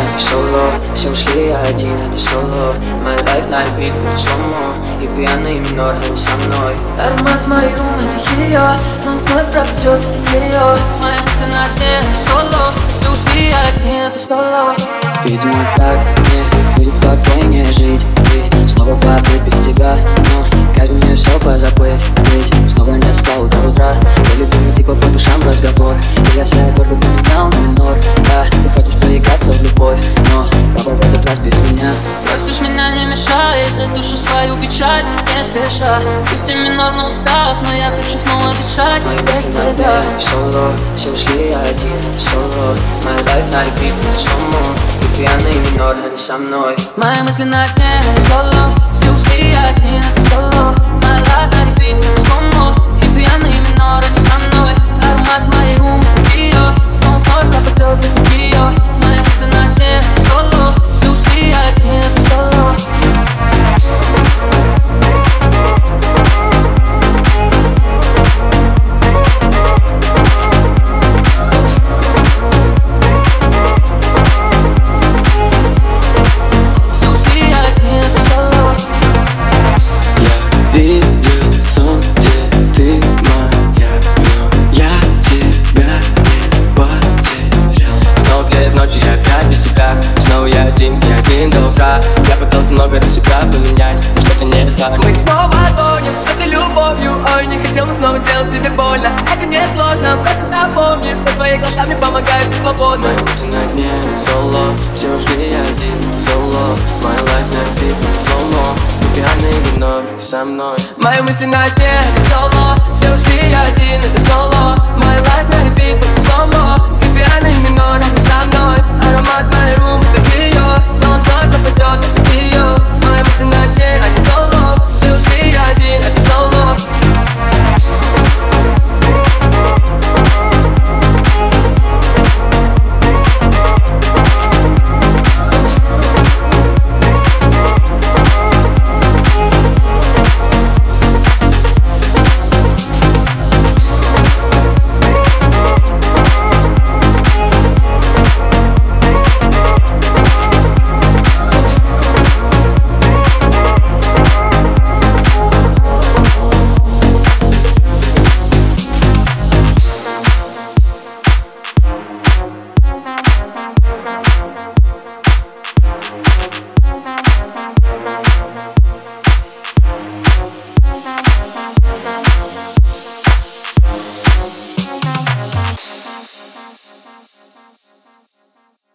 и соло. Все ушли, я один, это соло. My life на repeat, будто сломо. И пьяный минор, а не со мной. Аромат в мой рум, это ее, но вновь пропадет ее. Мои мысли на дне, соло. Все ушли, я один, это соло. Видимо, так мне будет спокойнее жить. И снова попытать себя, но казнь мне все позабыть. Ведь снова не спал до утра. Я любимый типа по душам разговор. И я вся гордо поменял на минор. Да, ты хочешь поиграться в любовь, но папа в этот раз без меня. Просишь меня не мешай, за душу свою печаль не спеша. Пусть и минор на устах, но я хочу снова дышать. Мои мысли на дне, соло. Все ушли, я один, это соло. My life на repeat, сломо. И пьяный минор, а не со мной. Мои мысли на дне, соло. Все ушли, я один, это соло. My life на repeat, сломо. И пьяный минор, а не со мной. Аромат моей рум, ее, но вновь пропадет ее. Мои мысли на дне, соло. Все ушли, я один, это соло. Видел сон, где ты моя, но я тебя не потерял. Снова тлеет ночью, я опять без тебя. Снова я один до утра. Я пытался много раз себя поменять, но что-то не так. Мы снова гоним с этой любовью. Ой, не хотел, но снова сделать тебе больно. Это не сложно, просто запомни, что твои глаза мне помогают быть свободным. Мои мысли на дне, соло. Все ушли, я один, соло. My life на repeat, сломо. И пьяный минор, а не со мной. Мои мысли на дне, соло. Все ушли, я один, это соло. My life на repeat, сломо.